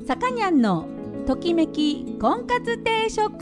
さかにゃんのときめき婚活定食。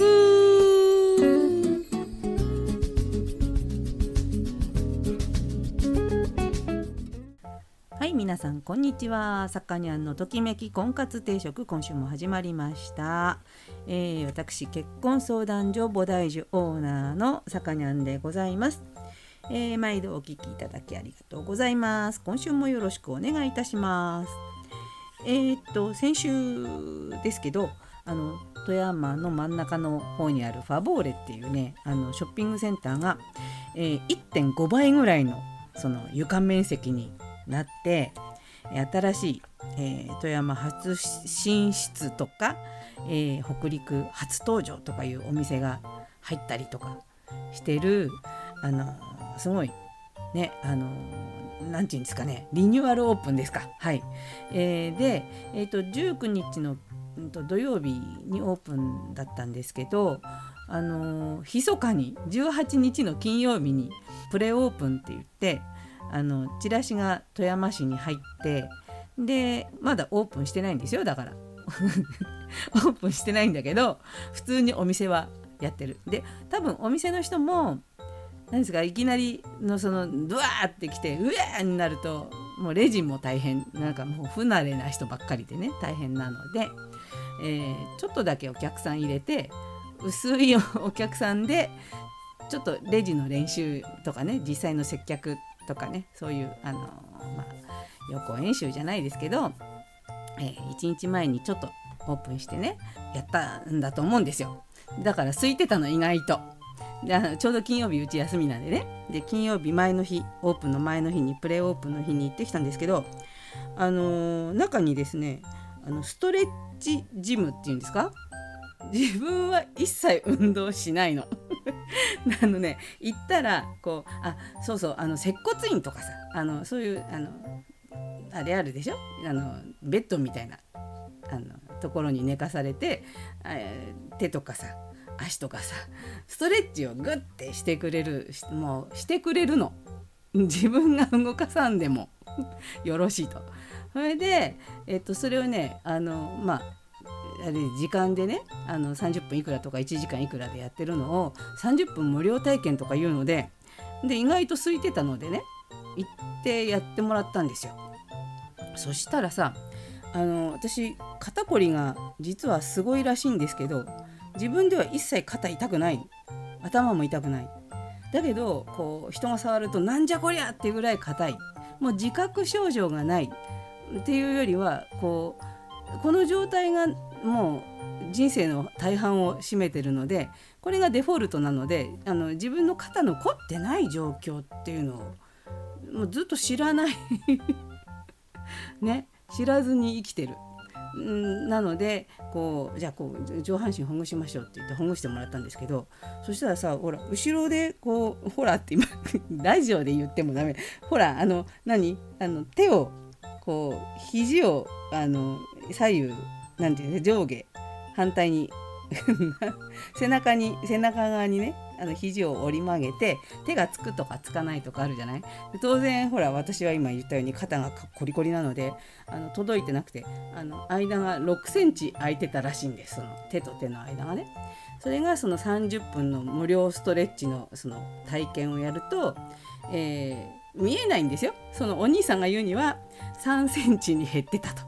はい、皆さんこんにちは。さかにゃんのときめき婚活定食、今週も始まりました。私結婚相談所菩提樹オーナーのさかにゃんでございます。毎度お聞きいただきありがとうございます。今週もよろしくお願いいたします。先週ですけど、富山の真ん中の方にあるファボーレっていうね、ショッピングセンターが、1.5 倍ぐらいのその床面積になって、新しい、富山初進出とか、北陸初登場とかいうお店が入ったりとかしてる、すごいね、なんていうんですかね、リニューアルオープンですか。はい。で、19日の土曜日にオープンだったんですけど、密かに18日の金曜日にプレオープンって言って、チラシが富山市に入って、でまだオープンしてないんですよ。だからオープンしてないんだけど、普通にお店はやってる。で多分お店の人も何ですか、いきなりのそのドワーってきてうわーになると、もうレジも大変、なんかもう不慣れな人ばっかりでね、大変なので、ちょっとだけお客さん入れて、薄いお客さんでちょっとレジの練習とかね、実際の接客とかね、そういう予行演習じゃないですけど、1日前にちょっとオープンしてね、やったんだと思うんですよ。だから空いてたの、意外と。でちょうど金曜日うち休みなんでね。で金曜日前の日、オープンの前の日に、プレオープンの日に行ってきたんですけど、中にですね、ストレッチジムっていうんですか、自分は一切運動しないのね、行ったらこう、そうそう、接骨院とかさ、そういうあれあるでしょ、ベッドみたいなところに寝かされて、手とかさ足とかさ、ストレッチをグッてしてくれる、もうしてくれるの。自分が動かさんでもよろしいと。それで、それをね、あれ時間でね、30分いくらとか1時間いくらでやってるのを30分無料体験とかいうので、意外と空いてたのでね、行ってやってもらったんですよ。そしたらさ、私肩こりが実はすごいらしいんですけど、自分では一切肩痛くない、頭も痛くない。だけどこう人が触るとなんじゃこりゃっていうぐらい硬い。もう自覚症状がないっていうよりは、この状態がもう人生の大半を占めてるので、これがデフォルトなので、自分の肩の凝ってない状況っていうのをもうずっと知らないね、知らずに生きてる。なのでじゃあ上半身ほぐしましょうって言ってほぐしてもらったんですけど、そしたらさ、ほら後ろでほらって今ラジオで言ってもダメ、ほら手を肘を左右なんていうの、上下反対に背中側にね、肘を折り曲げて手がつくとかつかないとかあるじゃない。で当然ほら、私は今言ったように肩がコリコリなので、届いてなくて、間が6センチ空いてたらしいんです。その手と手の間がね。それがその30分の無料ストレッチのその体験をやると、見えないんですよ。そのお兄さんが言うには3センチに減ってたと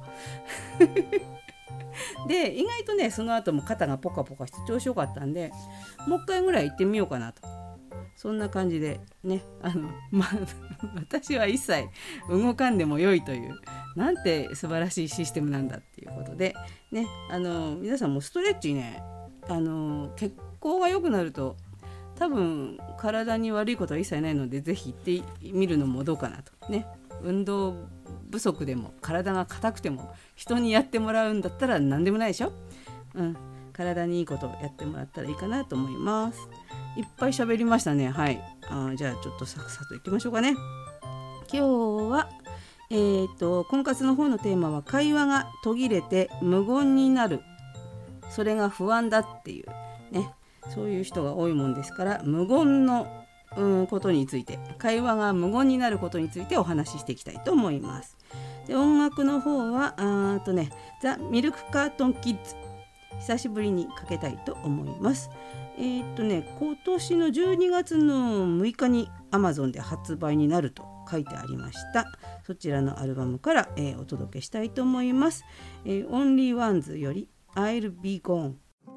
で意外とね、その後も肩がポカポカして調子よかったんで、もう一回ぐらい行ってみようかなと、そんな感じでね、私は一切動かんでも良いという、なんて素晴らしいシステムなんだっていうことでね、皆さんもストレッチね、血行が良くなると多分体に悪いことは一切ないので、ぜひ行ってみるのもどうかなとね。運動不足でも体が硬くても人にやってもらうんだったら何でもないでしょ。体にいいことをやってもらったらいいかなと思います。いっぱい喋りましたね。はい。じゃあちょっとさっさと行きましょうかね。今日は婚活の方のテーマは、会話が途切れて無言になる、それが不安だっていうね、そういう人が多いもんですから、無言のことについて、会話が無言になることについてお話ししていきたいと思います。 で音楽の方はザ・ミルクカートンキッズ、久しぶりにかけたいと思います。今年の12月の6日に Amazon で発売になると書いてありました。そちらのアルバムから、お届けしたいと思います。Only Ones より I'll Be Gone。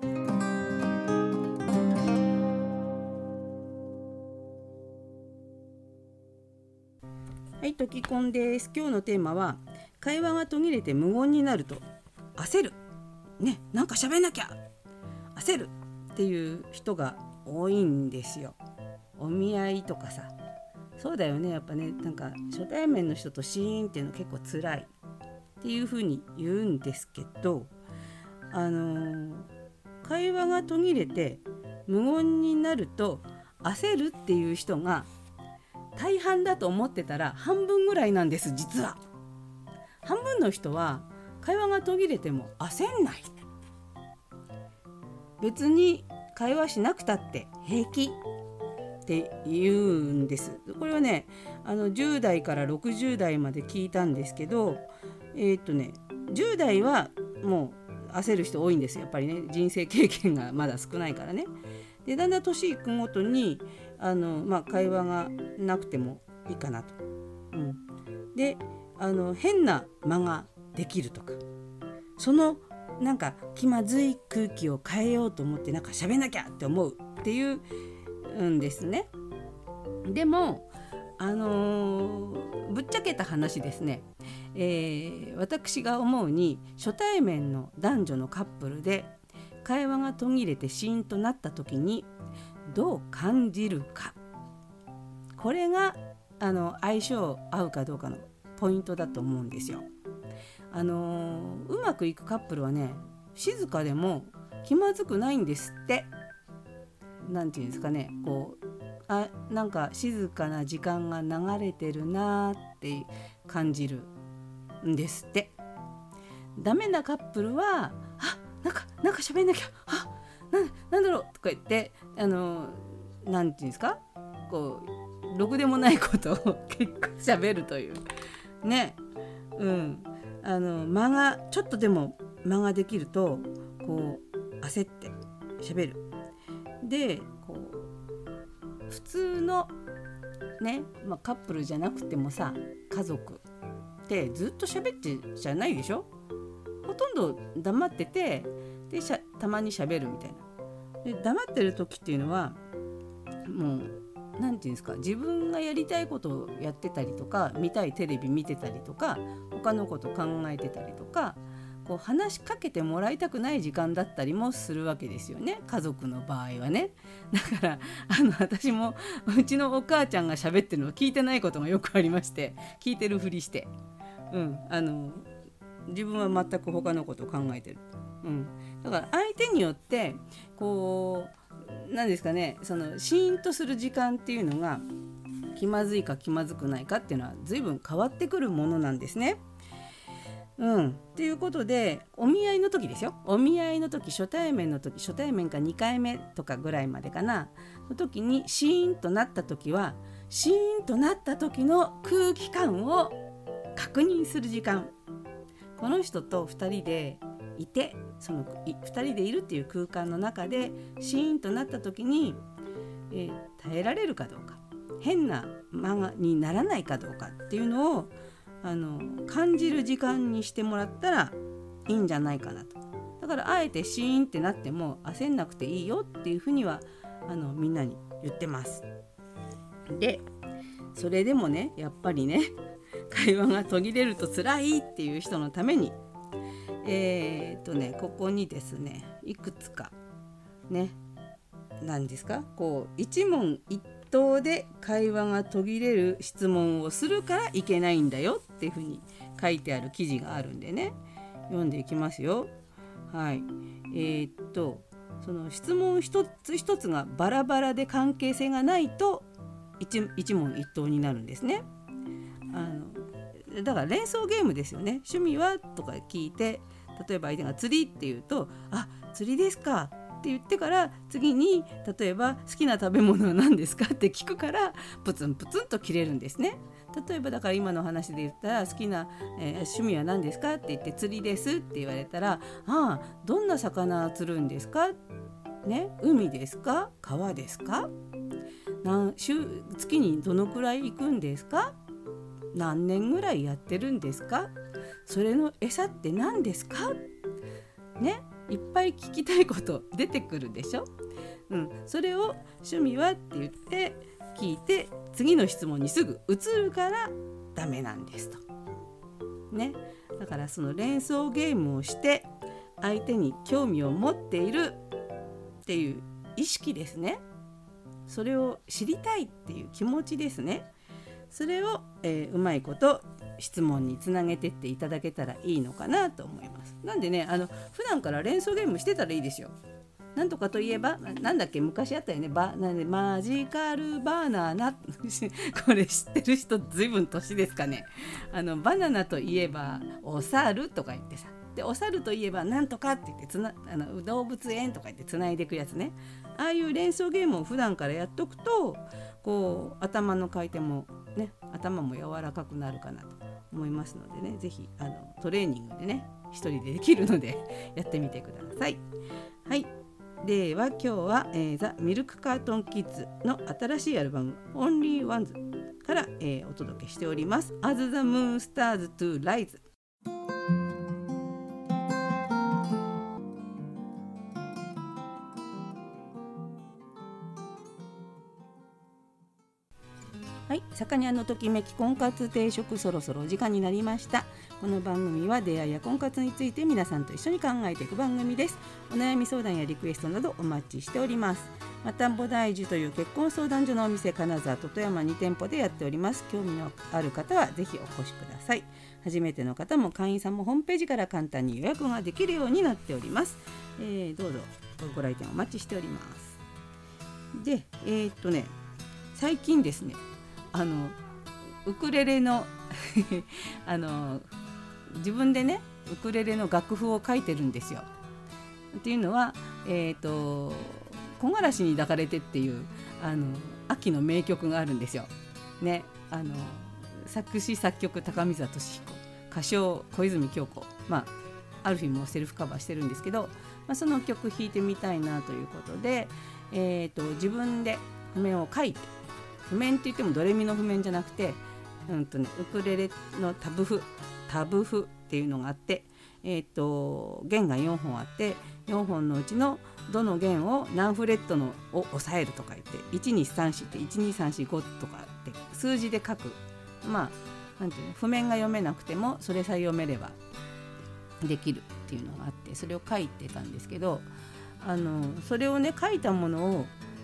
はい、トキコンです。今日のテーマは、会話が途切れて無言になると焦るね、なんか喋んなきゃ焦るっていう人が多いんですよ。お見合いとかさ、そうだよね。やっぱね、なんか初対面の人とシーンっていうの結構辛いっていう風に言うんですけど、会話が途切れて無言になると焦るっていう人が大半だと思ってたら半分ぐらいなんです。実は半分の人は会話が途切れても焦んない、別に会話しなくたって平気って言うんです。これはね、10代から60代まで聞いたんですけど、10代はもう焦る人多いんです。やっぱりね、人生経験がまだ少ないからね。でだんだん年いくごとに会話がなくてもいいかなと、で変な間ができるとか、そのなんか気まずい空気を変えようと思ってなんか喋んなきゃって思うっていうんですね。でもぶっちゃけた話ですね、私が思うに、初対面の男女のカップルで会話が途切れてシーンとなった時にどう感じるか、これが相性合うかどうかのポイントだと思うんですよ。うまくいくカップルはね、静かでも気まずくないんですって。なんていうんですかね、なんか静かな時間が流れてるなって感じるんですって。ダメなカップルはなんか喋んなきゃ、なんだろうとか言って、なんていうんですか、ろくでもないことを結構喋るというね。間がちょっとでも間ができると焦って喋る。で普通のね、カップルじゃなくてもさ、家族ってずっと喋ってじゃないでしょ。ほとんど黙ってて、でたまに喋るみたいな。で黙ってる時っていうのはもうなんていうんですか、自分がやりたいことをやってたりとか、見たいテレビ見てたりとか、他のこと考えてたりとか、話しかけてもらいたくない時間だったりもするわけですよね、家族の場合はね。だから私もうちのお母ちゃんが喋ってるのを聞いてないことがよくありまして、聞いてるふりして、自分は全く他のことを考えてる、だから相手によって何ですかね、そのシーンとする時間っていうのが気まずいか気まずくないかっていうのは随分変わってくるものなんですね。っていうことで、お見合いの時ですよ。お見合いの時、初対面か2回目とかぐらいまでかなの時にシーンとなった時は、シーンとなった時の空気感を確認する時間。この人と2人でいて、その2人でいるっていう空間の中でシーンとなった時に、耐えられるかどうか、変な間にならないかどうかっていうのを感じる時間にしてもらったらいいんじゃないかなと。だからあえてシーンってなっても焦んなくていいよっていうふうにはみんなに言ってます。でそれでもね、やっぱりね、会話が途切れると辛いっていう人のためにここにですね、いくつかね、何ですか、一問一答で会話が途切れる質問をするからいけないんだよっていうふうに書いてある記事があるんでね、読んでいきますよ。はい。その質問一つ一つがバラバラで関係性がないと一問一答になるんですね。だから連想ゲームですよね。趣味はとか聞いて、例えば相手が釣りって言うと、釣りですかって言ってから、次に例えば好きな食べ物は何ですかって聞くから、プツンプツンと切れるんですね。 例えばだから今の話で言ったら好きな、趣味は何ですかって言って釣りですって言われたら、どんな魚釣るんですか、ね、海ですか川ですか、月にどのくらい行くんですか、何年ぐらいやってるんですか、それの餌って何ですかね、いっぱい聞きたいこと出てくるでしょ、それを趣味はって言って聞いて次の質問にすぐ移るからダメなんですと、ね、だからその連想ゲームをして相手に興味を持っているっていう意識ですね。それを知りたいっていう気持ちですね。それを、うまいこと質問につなげてっていただけたらいいのかなと思います。なんでね、普段から連想ゲームしてたらいいですよ。なんとかといえばなんだっけ、昔あったよね、なんでマジカルバナナこれ知ってる人ずいぶん年ですかね。バナナといえばお猿とか言ってさ、でお猿といえばなんとかって言って動物園とか言ってつないでいくやつね。ああいう連想ゲームを普段からやっとくとこう頭の回転もね、頭も柔らかくなるかなと思いますのでね、ぜひトレーニングでね一人でできるのでやってみてください。はい、では今日は、ザ・ミルクカートンキッズの新しいアルバム Only Ones から、お届けしております。 As the Moon Stars to Rise。はい、さかにゃんのときめき婚活定食、そろそろお時間になりました。この番組は出会いや婚活について皆さんと一緒に考えていく番組です。お悩み相談やリクエストなどお待ちしております。また菩提樹という結婚相談所のお店、金沢と富山2店舗でやっております。興味のある方はぜひお越しください。初めての方も会員さんもホームページから簡単に予約ができるようになっております。どうぞご来店お待ちしております。で、最近ですね、ウクレレの自分でねウクレレの楽譜を書いてるんですよ。っていうのは木枯らしに抱かれてっていう秋の名曲があるんですよ、ね、作詞作曲高見沢俊彦、歌唱小泉今日子、アルフィーもセルフカバーしてるんですけど、その曲弾いてみたいなということで、自分で譜面を書いて、譜面って言ってもドレミの譜面じゃなくて、ウクレレのタブ譜っていうのがあって、弦が4本あって、4本のうちのどの弦を何フレットのを押さえるとか言って1234って12345とかって数字で書く、なんていうの、譜面が読めなくてもそれさえ読めればできるっていうのがあって、それを書いてたんですけど、それをね書いたものを、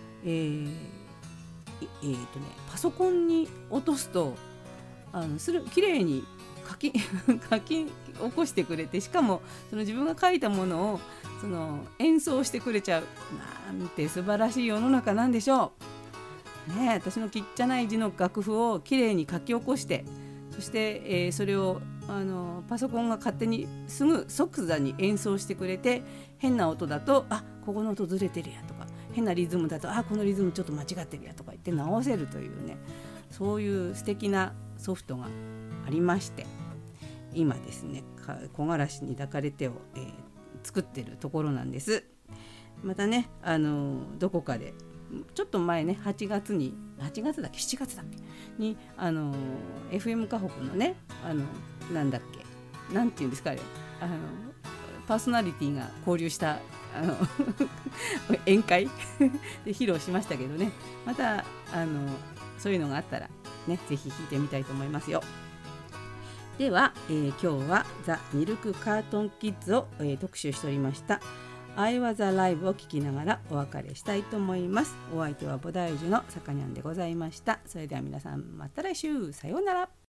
パソコンに落とすときれいに書き起こしてくれて、しかもその自分が書いたものを演奏してくれちゃうなんて素晴らしい世の中なんでしょうね。私のちっちゃない字の楽譜をきれいに書き起こして、そして、それをパソコンが勝手にすぐ即座に演奏してくれて、変な音だとここの音ずれてるやとか、変なリズムだとこのリズムちょっと間違ってるやとか言って直せるというね、そういう素敵なソフトがありまして、今ですね木枯らしに抱かれてを、作ってるところなんです。またねどこかでちょっと前ね7月だっけ7月だっけにFM 河北のねなんだっけなんていうんですか、あれパーソナリティが交流した宴会で披露しましたけどね、またそういうのがあったらねぜひ弾いてみたいと思いますよ。では、今日はザ・ミルクカートンキッズを、特集しておりましたI was aliveを聞きながらお別れしたいと思います。お相手は菩提樹のさかにゃんでございました。それでは皆さんまた来週、さようなら。